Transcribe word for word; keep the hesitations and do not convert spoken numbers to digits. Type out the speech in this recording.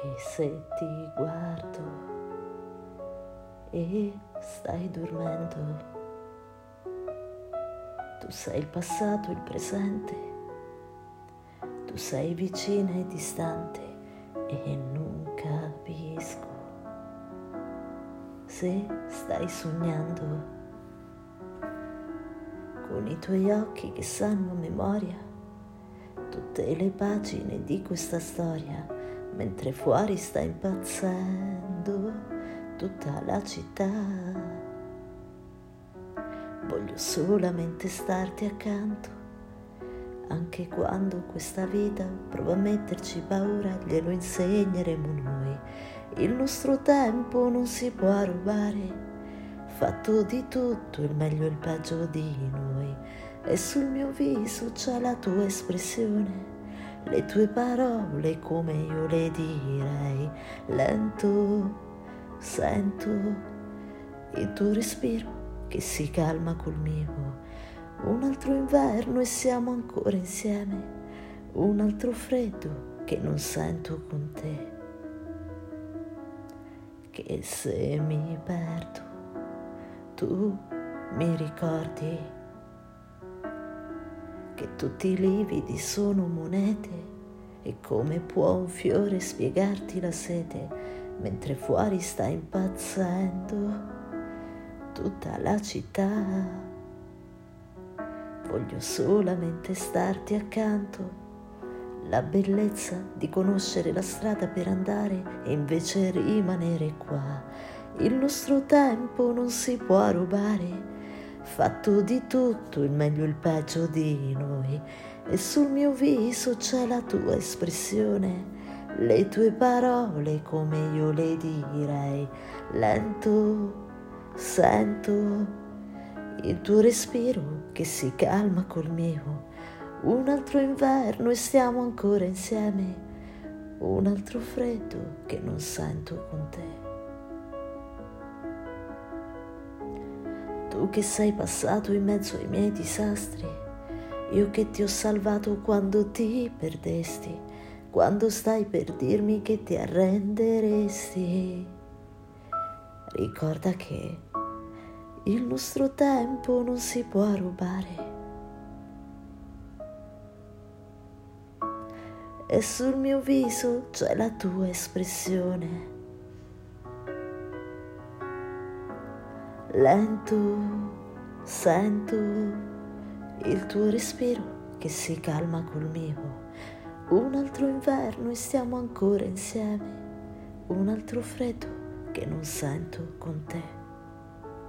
che se ti guardo e stai dormendo, tu sei il passato, il presente, tu sei vicina e distante e non capisco se stai sognando con i tuoi occhi che sanno a memoria tutte le pagine di questa storia, mentre fuori sta impazzendo tutta la città. Voglio solamente starti accanto, anche quando questa vita prova a metterci paura, glielo insegneremo noi. Il nostro tempo non si può rubare, fatto di tutto il meglio e il peggio di noi, e sul mio viso c'è la tua espressione, le tue parole come io le direi. Lento sento il tuo respiro che si calma col mio, un altro inverno e siamo ancora insieme, un altro freddo che non sento con te, che se mi perdo tu mi ricordi che tutti i lividi sono monete, e come può un fiore spiegarti la sete, mentre fuori sta impazzendo tutta la città. Voglio solamente starti accanto, la bellezza di conoscere la strada per andare e invece rimanere qua. Il nostro tempo non si può rubare, fatto di tutto il meglio e il peggio di noi, e sul mio viso c'è la tua espressione, le tue parole come io le direi. Lento sento il tuo respiro che si calma col mio, un altro inverno e stiamo ancora insieme, un altro freddo che non sento con te. Tu che sei passato in mezzo ai miei disastri, io che ti ho salvato quando ti perdesti, quando stai per dirmi che ti arrenderesti. Ricorda che il nostro tempo non si può rubare, e sul mio viso c'è la tua espressione. Lento sento il tuo respiro che si calma col mio, un altro inverno e stiamo ancora insieme, un altro freddo che non sento con te.